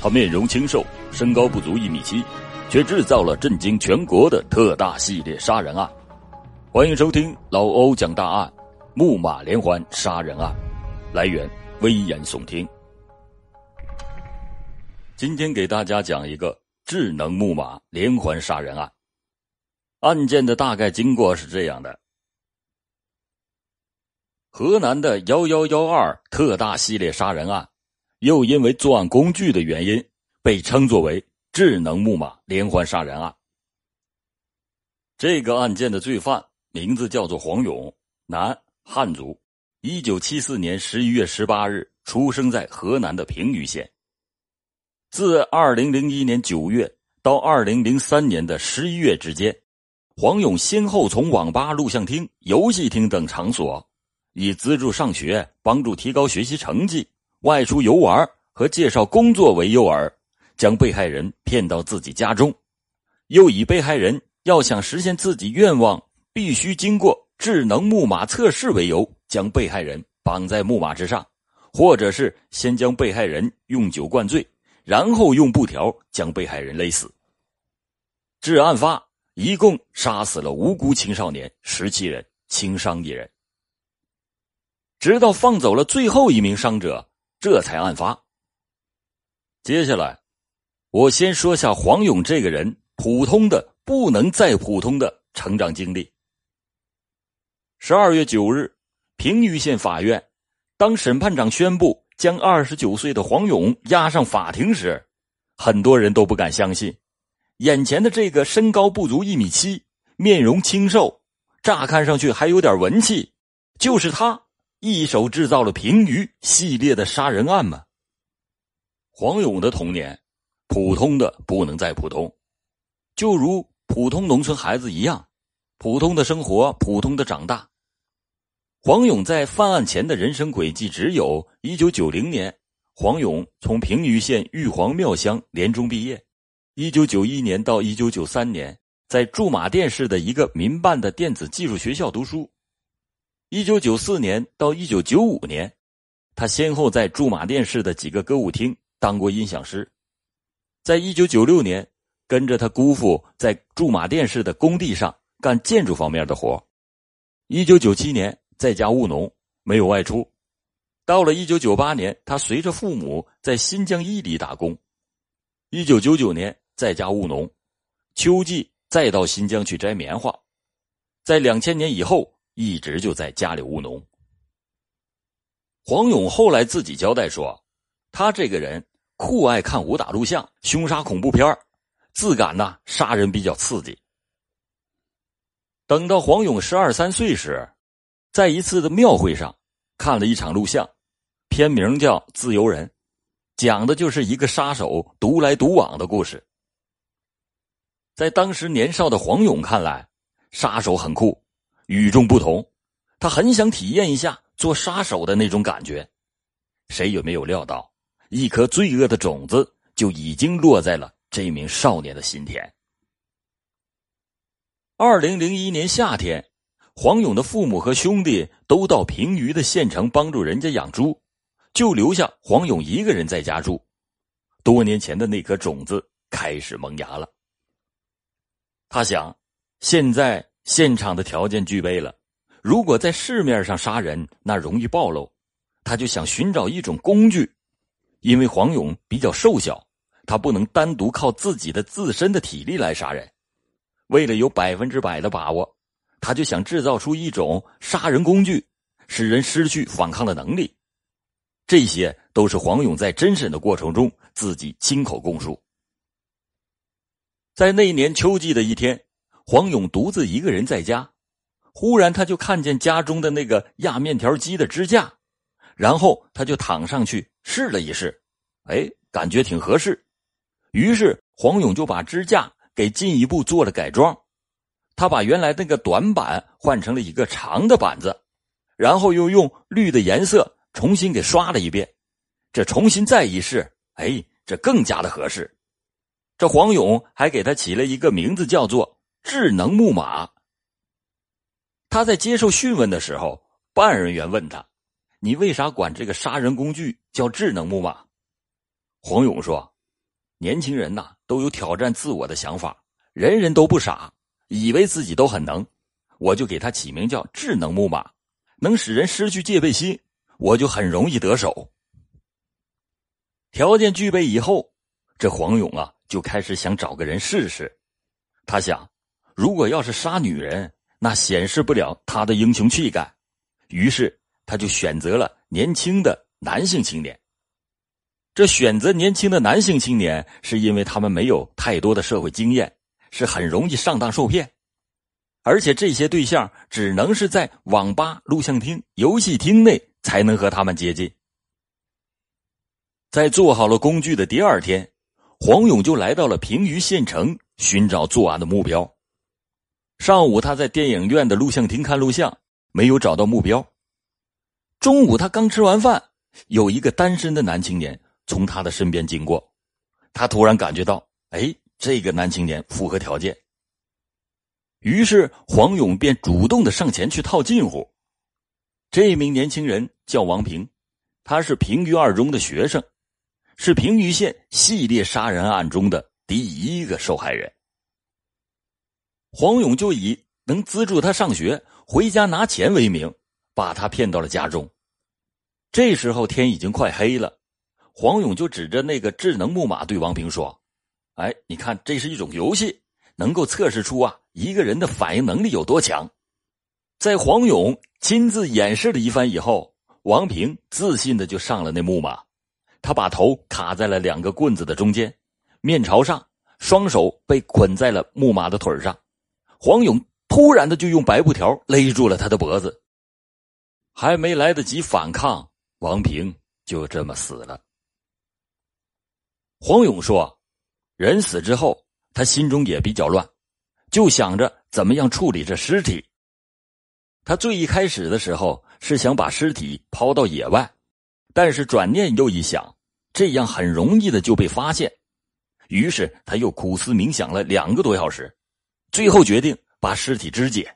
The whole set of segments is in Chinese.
他面容清瘦，身高不足1.7米，却制造了震惊全国的特大系列杀人案。欢迎收听老欧讲大案，木马连环杀人案。来源危言耸听。今天给大家讲一个智能木马连环杀人案。案件的大概经过是这样的：河南的1112特大系列杀人案，又因为作案工具的原因，被称作为智能木马连环杀人案。这个案件的罪犯名字叫做黄勇，男，汉族，1974年11月18日出生在河南的平舆县。自2001年9月到2003年的11月之间，黄勇先后从网吧、录像厅、游戏厅等场所，以资助上学、帮助提高学习成绩、外出游玩和介绍工作为诱饵，将被害人骗到自己家中，又以被害人要想实现自己愿望必须经过智能木马测试为由，将被害人绑在木马之上，或者是先将被害人用酒灌醉，然后用布条将被害人勒死。至案发，一共杀死了无辜青少年17人，轻伤1人。直到放走了最后一名伤者，这才案发。接下来，我先说下黄勇这个人普通的不能再普通的成长经历。12月9日，平舆县法院，当审判长宣布将29岁的黄勇押上法庭时，很多人都不敢相信，眼前的这个身高不足1.7米，面容清瘦，乍看上去还有点文气，就是他一手制造了平舆系列的杀人案吗？黄勇的童年普通的不能再普通，就如普通农村孩子一样，普通的生活，普通的长大。黄勇在犯案前的人生轨迹只有1990年，黄勇从平舆县玉皇庙乡联中毕业，1991年到1993年在驻马店市的一个民办的电子技术学校读书。1994年到1995年，他先后在驻马店市的几个歌舞厅当过音响师。在1996年，跟着他姑父在驻马店市的工地上干建筑方面的活。1997年在家务农，没有外出。到了1998年，他随着父母在新疆伊犁打工。1999年在家务农，秋季再到新疆去摘棉花。在2000年以后，一直就在家里务农。黄勇后来自己交代说，他这个人酷爱看武打录像、凶杀恐怖片，自感杀人比较刺激。等到黄勇12、13岁时，在一次的庙会上看了一场录像，片名叫《自由人》，讲的就是一个杀手独来独往的故事。在当时年少的黄勇看来，杀手很酷，与众不同，他很想体验一下做杀手的那种感觉。谁也没有料到，一颗罪恶的种子就已经落在了这名少年的心田。2001年夏天，黄勇的父母和兄弟都到平舆的县城帮助人家养猪，就留下黄勇一个人在家住。多年前的那颗种子开始萌芽了。他想，现在现场的条件具备了，如果在市面上杀人，那容易暴露。他就想寻找一种工具，因为黄勇比较瘦小，他不能单独靠自己的自身的体力来杀人。为了有100%的把握，他就想制造出一种杀人工具，使人失去反抗的能力。这些都是黄勇在侦审的过程中自己亲口供述。在那年秋季的一天，黄勇独自一个人在家，忽然他就看见家中的那个压面条机的支架，然后他就躺上去试了一试，感觉挺合适。于是黄勇就把支架给进一步做了改装，他把原来那个短板换成了一个长的板子，然后又用绿的颜色重新给刷了一遍。这重新再一试，这更加的合适。这黄勇还给他起了一个名字，叫做智能木马。他在接受讯问的时候，办案人员问他，你为啥管这个杀人工具叫智能木马？黄勇说， 年轻人呐，都有挑战自我的想法，人人都不傻，以为自己都很能，我就给他起名叫智能木马，能使人失去戒备心，我就很容易得手。条件具备以后，这黄勇啊就开始想找个人试试。他想，如果要是杀女人，那显示不了他的英雄气概，于是他就选择了年轻的男性青年。这选择年轻的男性青年，是因为他们没有太多的社会经验，是很容易上当受骗。而且这些对象只能是在网吧、录像厅、游戏厅内才能和他们接近。在做好了工具的第二天，黄勇就来到了平舆县城寻找作案的目标。上午他在电影院的录像厅看录像，没有找到目标。中午他刚吃完饭，有一个单身的男青年从他的身边经过，他突然感觉到，这个男青年符合条件。于是黄勇便主动的上前去套近乎。这名年轻人叫王平，他是平舆二中的学生，是平舆县系列杀人案中的第一个受害人。黄勇就以能资助他上学、回家拿钱为名，把他骗到了家中。这时候天已经快黑了，黄勇就指着那个智能木马对王平说，你看，这是一种游戏，能够测试出一个人的反应能力有多强。在黄勇亲自演示了一番以后，王平自信的就上了那木马。他把头卡在了两个棍子的中间，面朝上，双手被捆在了木马的腿上。黄勇突然的就用白布条勒住了他的脖子。还没来得及反抗，王平就这么死了。黄勇说，人死之后，他心中也比较乱，就想着怎么样处理这尸体。他最一开始的时候是想把尸体抛到野外，但是转念又一想，这样很容易的就被发现。于是他又苦思冥想了2个多小时，最后决定把尸体肢解。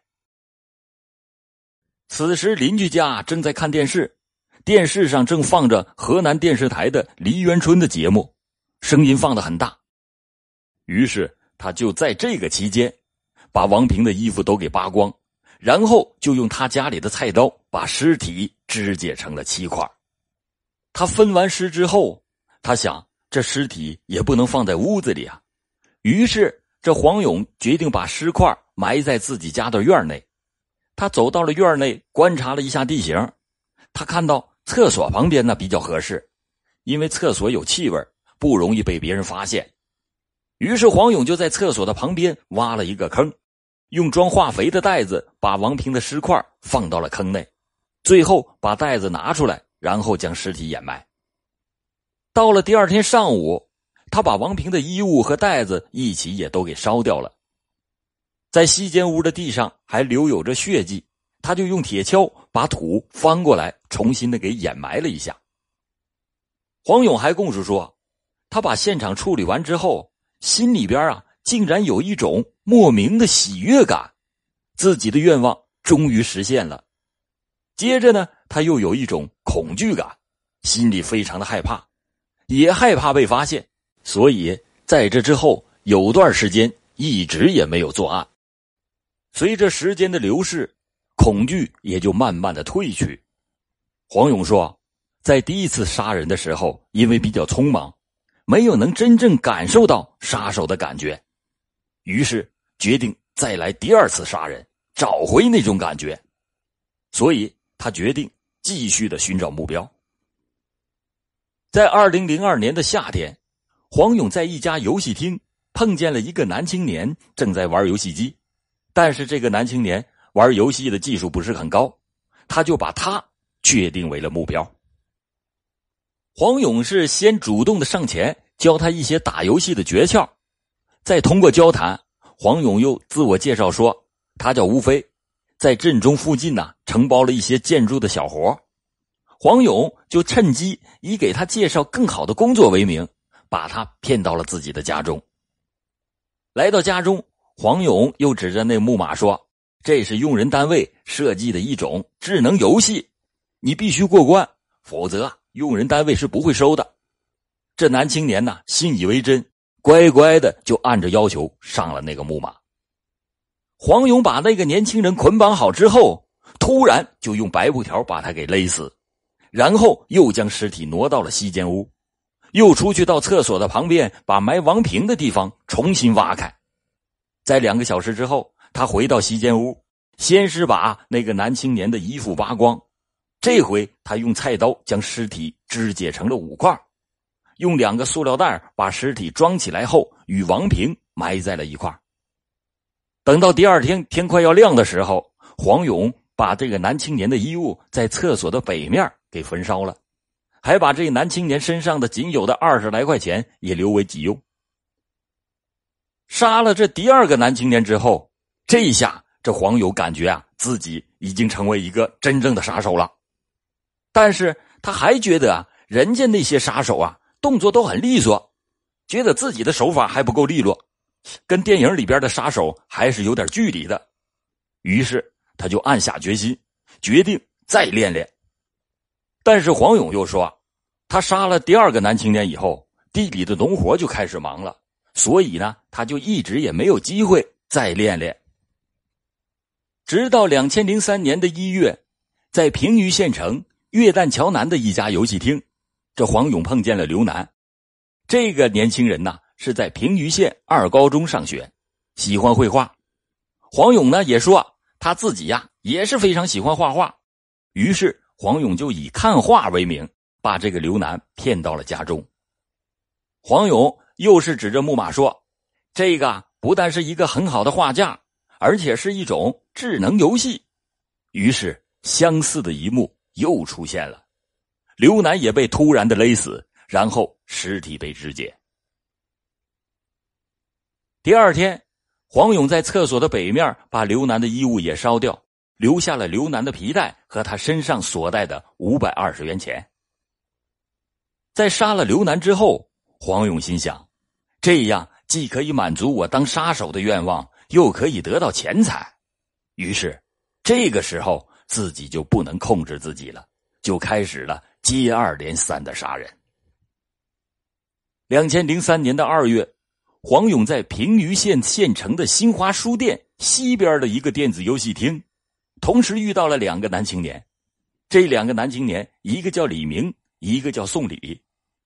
此时邻居家正在看电视，电视上正放着河南电视台的梨园春的节目，声音放得很大。于是他就在这个期间把王平的衣服都给扒光，然后就用他家里的菜刀把尸体肢解成了7块。他分完尸之后，他想这尸体也不能放在屋子里啊，于是这黄勇决定把尸块埋在自己家的院内。他走到了院内，观察了一下地形，他看到厕所旁边比较合适，因为厕所有气味，不容易被别人发现。于是黄勇就在厕所的旁边挖了一个坑，用装化肥的袋子把王平的尸块放到了坑内，最后把袋子拿出来，然后将尸体掩埋。到了第二天上午，他把王平的衣物和袋子一起也都给烧掉了。在西间屋的地上还留有着血迹，他就用铁锹把土翻过来，重新的给掩埋了一下。黄勇还供述说，他把现场处理完之后，心里边竟然有一种莫名的喜悦感，自己的愿望终于实现了。接着呢，他又有一种恐惧感，心里非常的害怕，也害怕被发现，所以在这之后有段时间一直也没有作案。随着时间的流逝，恐惧也就慢慢的退去。黄勇说，在第一次杀人的时候，因为比较匆忙，没有能真正感受到杀手的感觉，于是决定再来第二次杀人，找回那种感觉。所以他决定继续的寻找目标。在2002年的夏天，黄勇在一家游戏厅碰见了一个男青年正在玩游戏机，但是这个男青年玩游戏的技术不是很高，他就把他确定为了目标。黄勇是先主动的上前教他一些打游戏的诀窍，再通过交谈，黄勇又自我介绍说他叫吴飞，在镇中附近承包了一些建筑的小活。黄勇就趁机以给他介绍更好的工作为名，把他骗到了自己的家中。来到家中，黄勇又指着那木马说，这是用人单位设计的一种智能游戏，你必须过关，否则用人单位是不会收的。这男青年信以为真， 乖乖的就按着要求上了那个木马。黄勇把那个年轻人捆绑好之后，突然就用白布条把他给勒死，然后又将尸体挪到了西间屋，又出去到厕所的旁边，把埋王平的地方重新挖开。在2个小时之后，他回到西间屋，先是把那个男青年的衣服扒光，这回他用菜刀将尸体肢解成了5块，用2个塑料袋把尸体装起来后，与王平埋在了一块。等到第2天天快要亮的时候，黄勇把这个男青年的衣物在厕所的北面给焚烧了，还把这个男青年身上的仅有的20来块钱也留为己用。杀了这第2个男青年之后，这一下这黄勇感觉自己已经成为一个真正的杀手了。但是他还觉得人家那些杀手动作都很利索，觉得自己的手法还不够利落，跟电影里边的杀手还是有点距离的。于是他就暗下决心，决定再练练。但是黄勇又说，他杀了第2个男青年以后，地里的农活就开始忙了，所以呢，他就一直也没有机会再练练。直到2003年的1月，在平舆县城月旦桥南的一家游戏厅，这黄勇碰见了刘楠。这个年轻人是在平舆县2高中上学，喜欢绘画。黄勇呢也说他自己也是非常喜欢画画，于是黄勇就以看画为名，把这个刘楠骗到了家中。黄勇又是指着木马说，这个不但是一个很好的画架，而且是一种智能游戏。于是相似的一幕又出现了，刘楠也被突然的勒死，然后尸体被肢解。第2天，黄勇在厕所的北面把刘楠的衣物也烧掉，留下了刘楠的皮带和他身上所带的520元钱。在杀了刘楠之后，黄勇心想，这样既可以满足我当杀手的愿望，又可以得到钱财。于是这个时候自己就不能控制自己了，就开始了接二连三的杀人。2003年的2月，黄勇在平舆县县城的新华书店西边的一个电子游戏厅，同时遇到了2个男青年。这2个男青年，一个叫李明，一个叫宋礼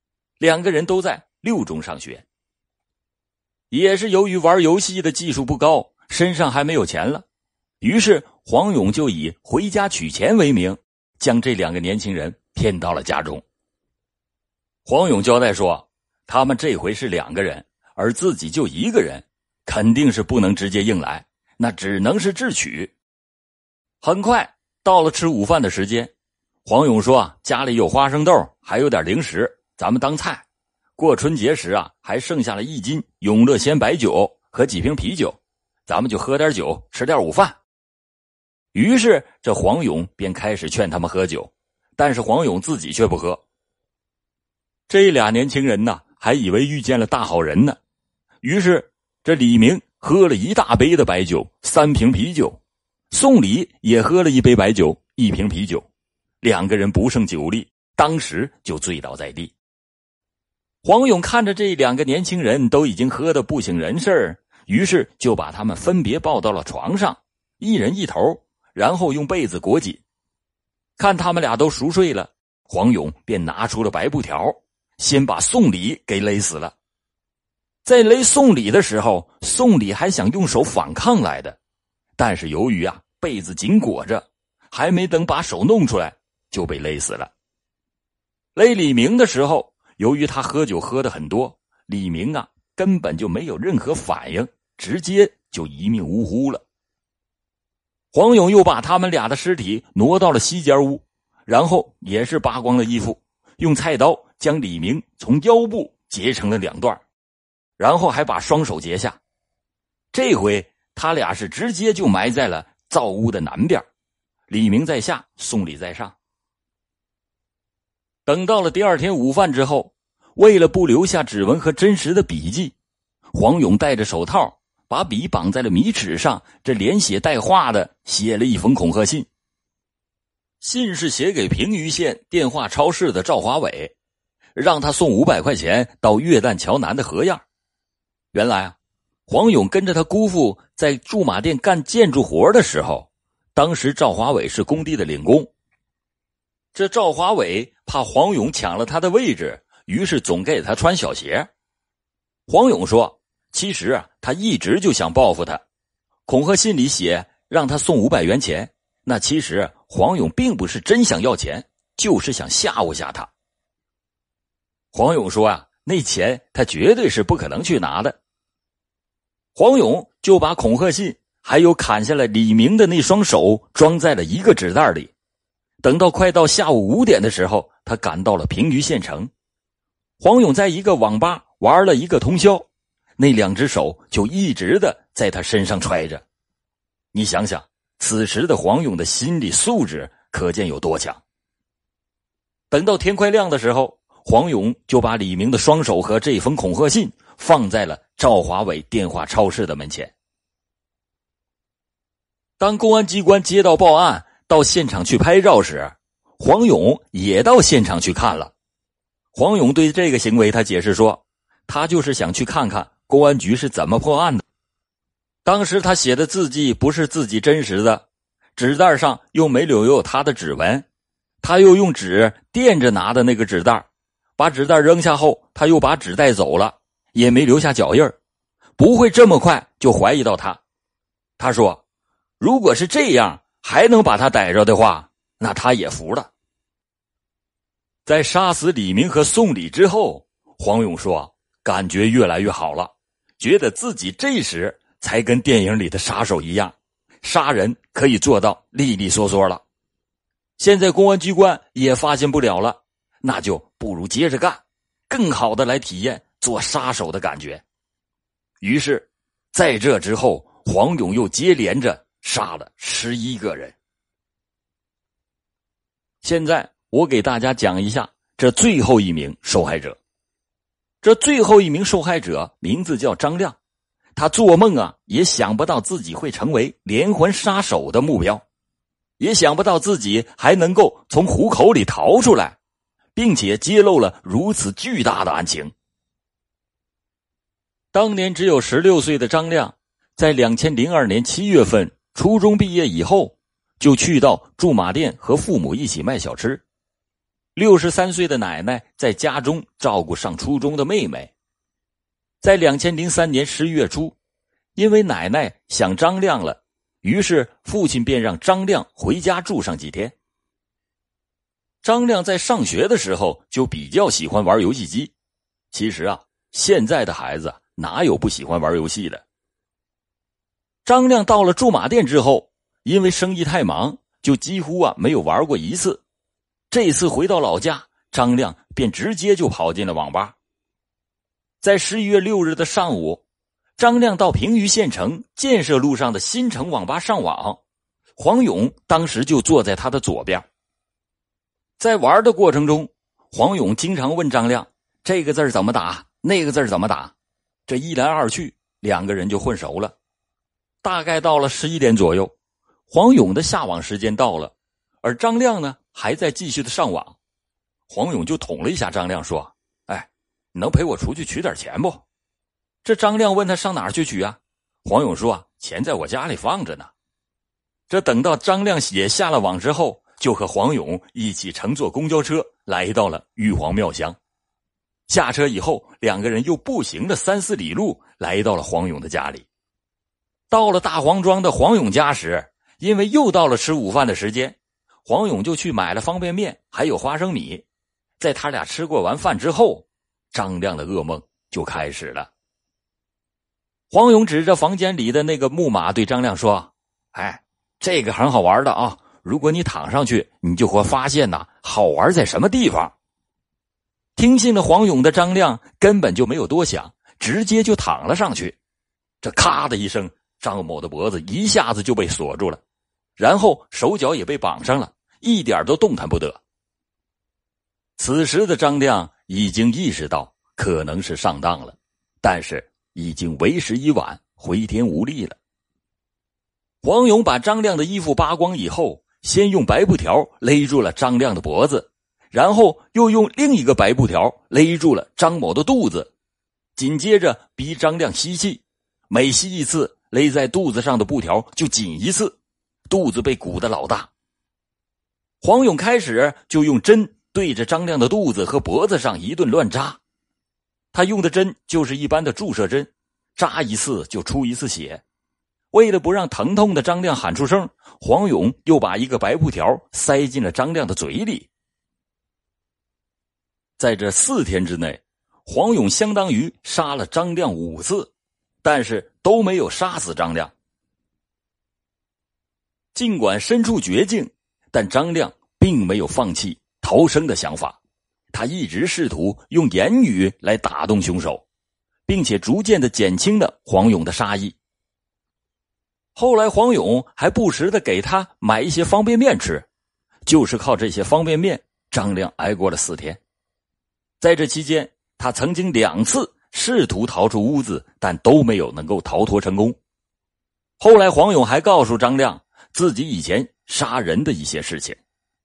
，2个人都在6中上学。也是由于玩游戏的技术不高，身上还没有钱了，于是黄勇就以回家取钱为名，将这2个年轻人骗到了家中。黄勇交代说，他们这回是2个人，而自己就1个人，肯定是不能直接硬来，那只能是智取。很快到了吃午饭的时间，黄勇说家里有花生豆，还有点零食，咱们当菜。过春节时还剩下了1斤永乐鲜白酒和几瓶啤酒，咱们就喝点酒，吃点午饭。于是这黄勇便开始劝他们喝酒，但是黄勇自己却不喝。这2年轻人还以为遇见了大好人呢，于是这李明喝了1大杯的白酒，3瓶啤酒，宋礼也喝了1杯白酒，1瓶啤酒，2个人不胜酒力，当时就醉倒在地。黄勇看着这2个年轻人都已经喝得不省人事，于是就把他们分别抱到了床上，1人1头，然后用被子裹紧。看他们俩都熟睡了，黄勇便拿出了白布条，先把宋礼给勒死了。在勒宋礼的时候，宋礼还想用手反抗来的，但是由于被子紧裹着，还没等把手弄出来就被勒死了。勒李明的时候，由于他喝酒喝得很多，李明根本就没有任何反应，直接就一命呜呼了。黄勇又把他们俩的尸体挪到了西间屋，然后也是扒光了衣服，用菜刀将李明从腰部截成了2段，然后还把双手截下。这回他俩是直接就埋在了灶屋的南边，李明在下，宋礼在上。等到了第2天午饭之后，为了不留下指纹和真实的笔迹，黄勇戴着手套，把笔绑在了米尺上，这连写带画的写了一封恐吓信。信是写给平舆县电话超市的赵华伟，让他送500块钱到月旦桥南的河沿。 原来啊，黄勇跟着他姑父在驻马店干建筑活的时候，当时赵华伟是工地的领工。这赵华伟怕黄勇抢了他的位置，于是总给他穿小鞋。黄勇说，其实啊，他一直就想报复他，恐吓信里写让他送500元钱，那其实黄勇并不是真想要钱，就是想吓唬吓他。黄勇说啊，那钱他绝对是不可能去拿的。黄勇就把恐吓信还有砍下来李明的那双手装在了一个纸袋里。等到快到下午5点的时候，他赶到了平舆县城。黄勇在一个网吧玩了一个通宵，那2只手就一直的在他身上揣着。你想想，此时的黄勇的心理素质可见有多强。等到天快亮的时候，黄勇就把李明的双手和这封恐吓信放在了赵华伟电话超市的门前。当公安机关接到报案，到现场去拍照时，黄勇也到现场去看了。黄勇对这个行为他解释说，他就是想去看看公安局是怎么破案的。当时他写的字迹不是自己真实的，纸袋上又没留有他的指纹，他又用纸垫着拿的那个纸袋，把纸袋扔下后，他又把纸带走了，也没留下脚印儿，不会这么快就怀疑到他。他说，如果是这样还能把他逮着的话，那他也服了。在杀死李明和送礼之后，黄勇说感觉越来越好了，觉得自己这时才跟电影里的杀手一样，杀人可以做到利利索索了。现在公安机关也发现不了了，那就不如接着干，更好的来体验做杀手的感觉。于是在这之后，黄勇又接连着杀了11个人。现在我给大家讲一下这最后一名受害者。这最后一名受害者名字叫张亮，他做梦啊也想不到自己会成为连环杀手的目标，也想不到自己还能够从虎口里逃出来，并且揭露了如此巨大的案情。当年只有16岁的张亮，在2002年7月份初中毕业以后，就去到驻马店和父母一起卖小吃。63岁的奶奶在家中照顾上初中的妹妹。在2003年11月初，因为奶奶想张亮了，于是父亲便让张亮回家住上几天。张亮在上学的时候就比较喜欢玩游戏机。其实啊，现在的孩子哪有不喜欢玩游戏的？张亮到了驻马店之后，因为生意太忙，就几乎没有玩过一次。这次回到老家，张亮便直接就跑进了网吧。在11月6日的上午，张亮到平舆县城建设路上的新城网吧上网，黄勇当时就坐在他的左边。在玩的过程中，黄勇经常问张亮这个字怎么打，那个字怎么打，这一来二去，2个人就混熟了。大概到了11点左右，黄勇的下网时间到了，而张亮呢还在继续的上网。黄勇就捅了一下张亮说，你能陪我出去取点钱不？这张亮问他上哪儿去取啊？黄勇说，钱在我家里放着呢。这等到张亮也下了网之后，就和黄勇一起乘坐公交车来到了玉皇庙乡。下车以后，2个人又步行了3-4里路来到了黄勇的家里。到了大黄庄的黄勇家时，因为又到了吃午饭的时间，黄勇就去买了方便面还有花生米。在他俩吃过完饭之后，张亮的噩梦就开始了。黄勇指着房间里的那个木马对张亮说，这个很好玩的啊，如果你躺上去，你就会发现好玩在什么地方。听信了黄勇的张亮根本就没有多想，直接就躺了上去。这咔的一声，张某的脖子一下子就被锁住了，然后手脚也被绑上了，一点都动弹不得。此时的张亮已经意识到可能是上当了，但是已经为时已晚，回天无力了。黄勇把张亮的衣服扒光以后，先用白布条勒住了张亮的脖子，然后又用另一个白布条勒住了张某的肚子， 紧接着逼张亮吸气，每吸一次，勒在肚子上的布条就紧一次，肚子被鼓得老大。黄勇开始就用针对着张亮的肚子和脖子上一顿乱扎，他用的针就是一般的注射针，扎一次就出一次血。为了不让疼痛的张亮喊出声，黄勇又把一个白布条塞进了张亮的嘴里。在这4天之内，黄勇相当于杀了张亮5次，但是都没有杀死张亮。尽管身处绝境，但张亮并没有放弃逃生的想法，他一直试图用言语来打动凶手，并且逐渐地减轻了黄勇的杀意。后来黄勇还不时地给他买一些方便面吃，就是靠这些方便面，张亮挨过了4天。在这期间，他曾经2次试图逃出屋子，但都没有能够逃脱成功。后来黄勇还告诉张亮自己以前杀人的一些事情。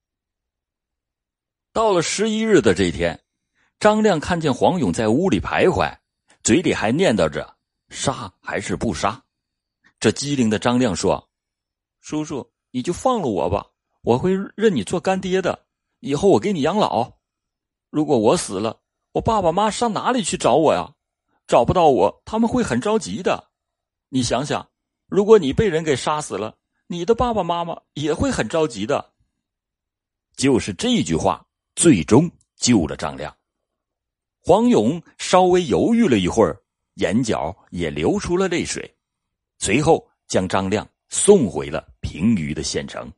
到了11日的这天，张亮看见黄勇在屋里徘徊，嘴里还念叨着杀还是不杀。这机灵的张亮说：叔叔，你就放了我吧，我会认你做干爹的，以后我给你养老。如果我死了，我爸爸妈上哪里去找我呀？找不到我，他们会很着急的。你想想，如果你被人给杀死了，你的爸爸妈妈也会很着急的。就是这句话最终救了张亮。黄勇稍微犹豫了一会儿，眼角也流出了泪水，随后将张亮送回了平舆的县城。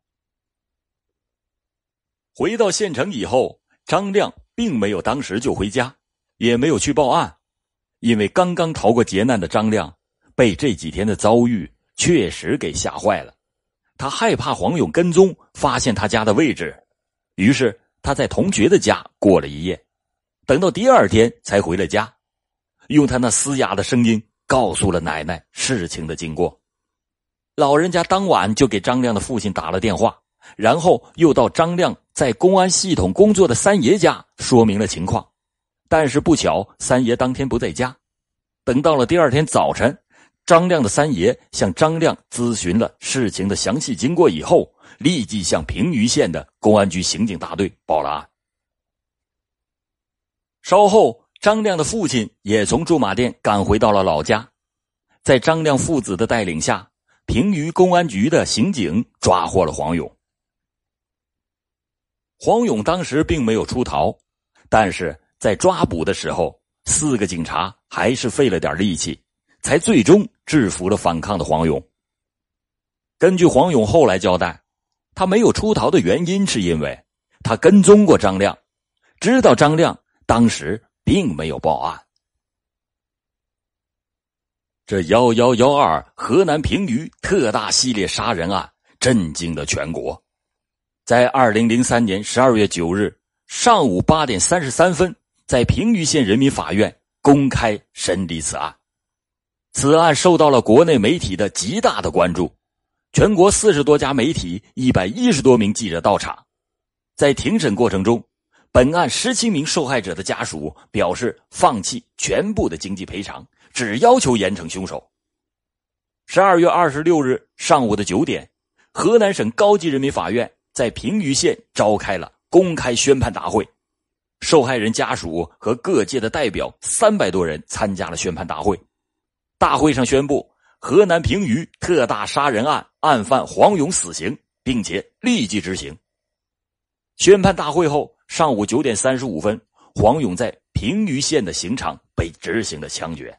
回到县城以后，张亮并没有当时就回家，也没有去报案，因为刚刚逃过劫难的张亮被这几天的遭遇确实给吓坏了。他害怕黄勇跟踪发现他家的位置，于是他在同学的家过了一夜，等到第2天才回了家，用他那嘶哑的声音告诉了奶奶事情的经过。老人家当晚就给张亮的父亲打了电话，然后又到张亮在公安系统工作的三爷家说明了情况，但是不巧三爷当天不在家。等到了第2天早晨，张亮的三爷向张亮咨询了事情的详细经过以后，立即向平舆县的公安局刑警大队报了案。稍后，张亮的父亲也从驻马店赶回到了老家。在张亮父子的带领下，平舆公安局的刑警抓获了黄勇。黄勇当时并没有出逃，但是在抓捕的时候，4个警察还是费了点力气，才最终制服了反抗的黄勇。根据黄勇后来交代，他没有出逃的原因是因为他跟踪过张亮，知道张亮当时并没有报案。这1112河南平舆特大系列杀人案震惊了全国。在2003年12月9日上午8点33分，在平舆县人民法院公开审理此案。此案受到了国内媒体的极大的关注，全国40多家媒体110多名记者到场。在庭审过程中，本案17名受害者的家属表示放弃全部的经济赔偿，只要求严惩凶手。12月26日上午的9点，河南省高级人民法院在平舆县召开了公开宣判大会，受害人家属和各界的代表300多人参加了宣判大会。大会上宣布河南平舆特大杀人案案犯黄勇死刑，并且立即执行。宣判大会后，上午9点35分，黄勇在平舆县的刑场被执行了枪决。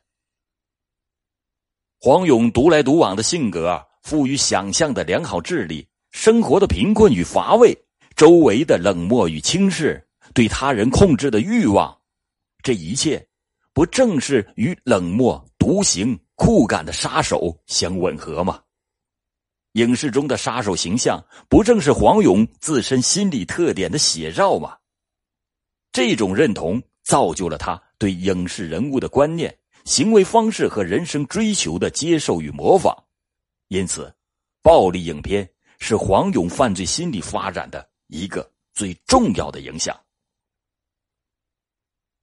黄勇独来独往的性格，富于想象的良好智力，生活的贫困与乏味，周围的冷漠与轻视，对他人控制的欲望，这一切不正是与冷漠、独行、酷感的杀手相吻合吗？影视中的杀手形象不正是黄勇自身心理特点的写照吗？这种认同造就了他对影视人物的观念、行为方式和人生追求的接受与模仿。因此，暴力影片是黄勇犯罪心理发展的一个最重要的影响。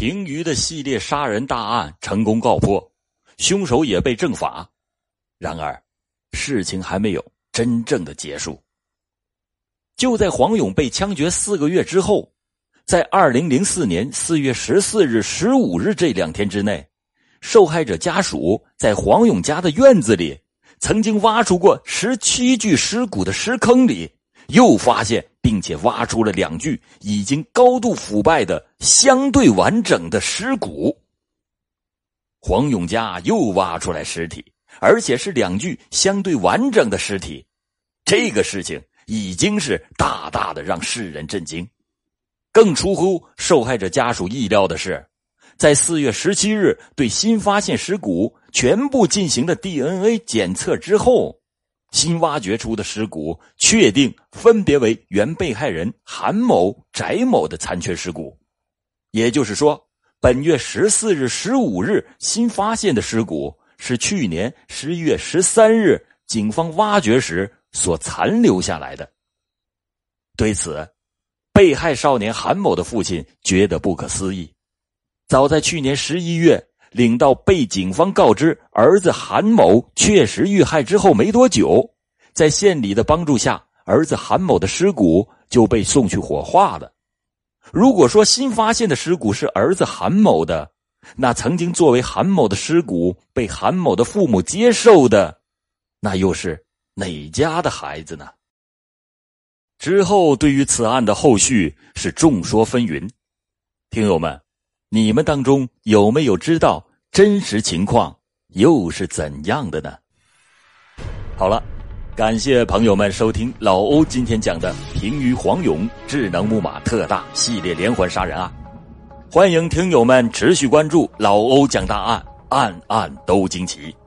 平舆的系列杀人大案成功告破，凶手也被正法。然而，事情还没有真正的结束。就在黄勇被枪决4个月之后，在2004年4月14日、15日这2天之内，受害者家属在黄勇家的院子里曾经挖出过17具尸骨的尸坑里，又发现并且挖出了2具已经高度腐败的相对完整的尸骨。黄勇家又挖出来尸体，而且是2具相对完整的尸体，这个事情已经是大大的让世人震惊。更出乎受害者家属意料的是，在4月17日对新发现尸骨全部进行的 DNA 检测之后，新挖掘出的尸骨确定分别为原被害人韩某、翟某的残缺尸骨。也就是说，本月14日、15日新发现的尸骨是去年11月13日警方挖掘时所残留下来的。对此，被害少年韩某的父亲觉得不可思议。早在去年11月领到被警方告知儿子韩某确实遇害之后没多久，在县里的帮助下，儿子韩某的尸骨就被送去火化了。如果说新发现的尸骨是儿子韩某的，那曾经作为韩某的尸骨被韩某的父母接受的，那又是哪家的孩子呢？之后对于此案的后续是众说纷纭。听友们，你们当中有没有知道真实情况又是怎样的呢？好了，感谢朋友们收听老欧今天讲的平舆黄勇智能木马特大系列连环杀人案。欢迎听友们持续关注老欧讲大案，案案都惊奇。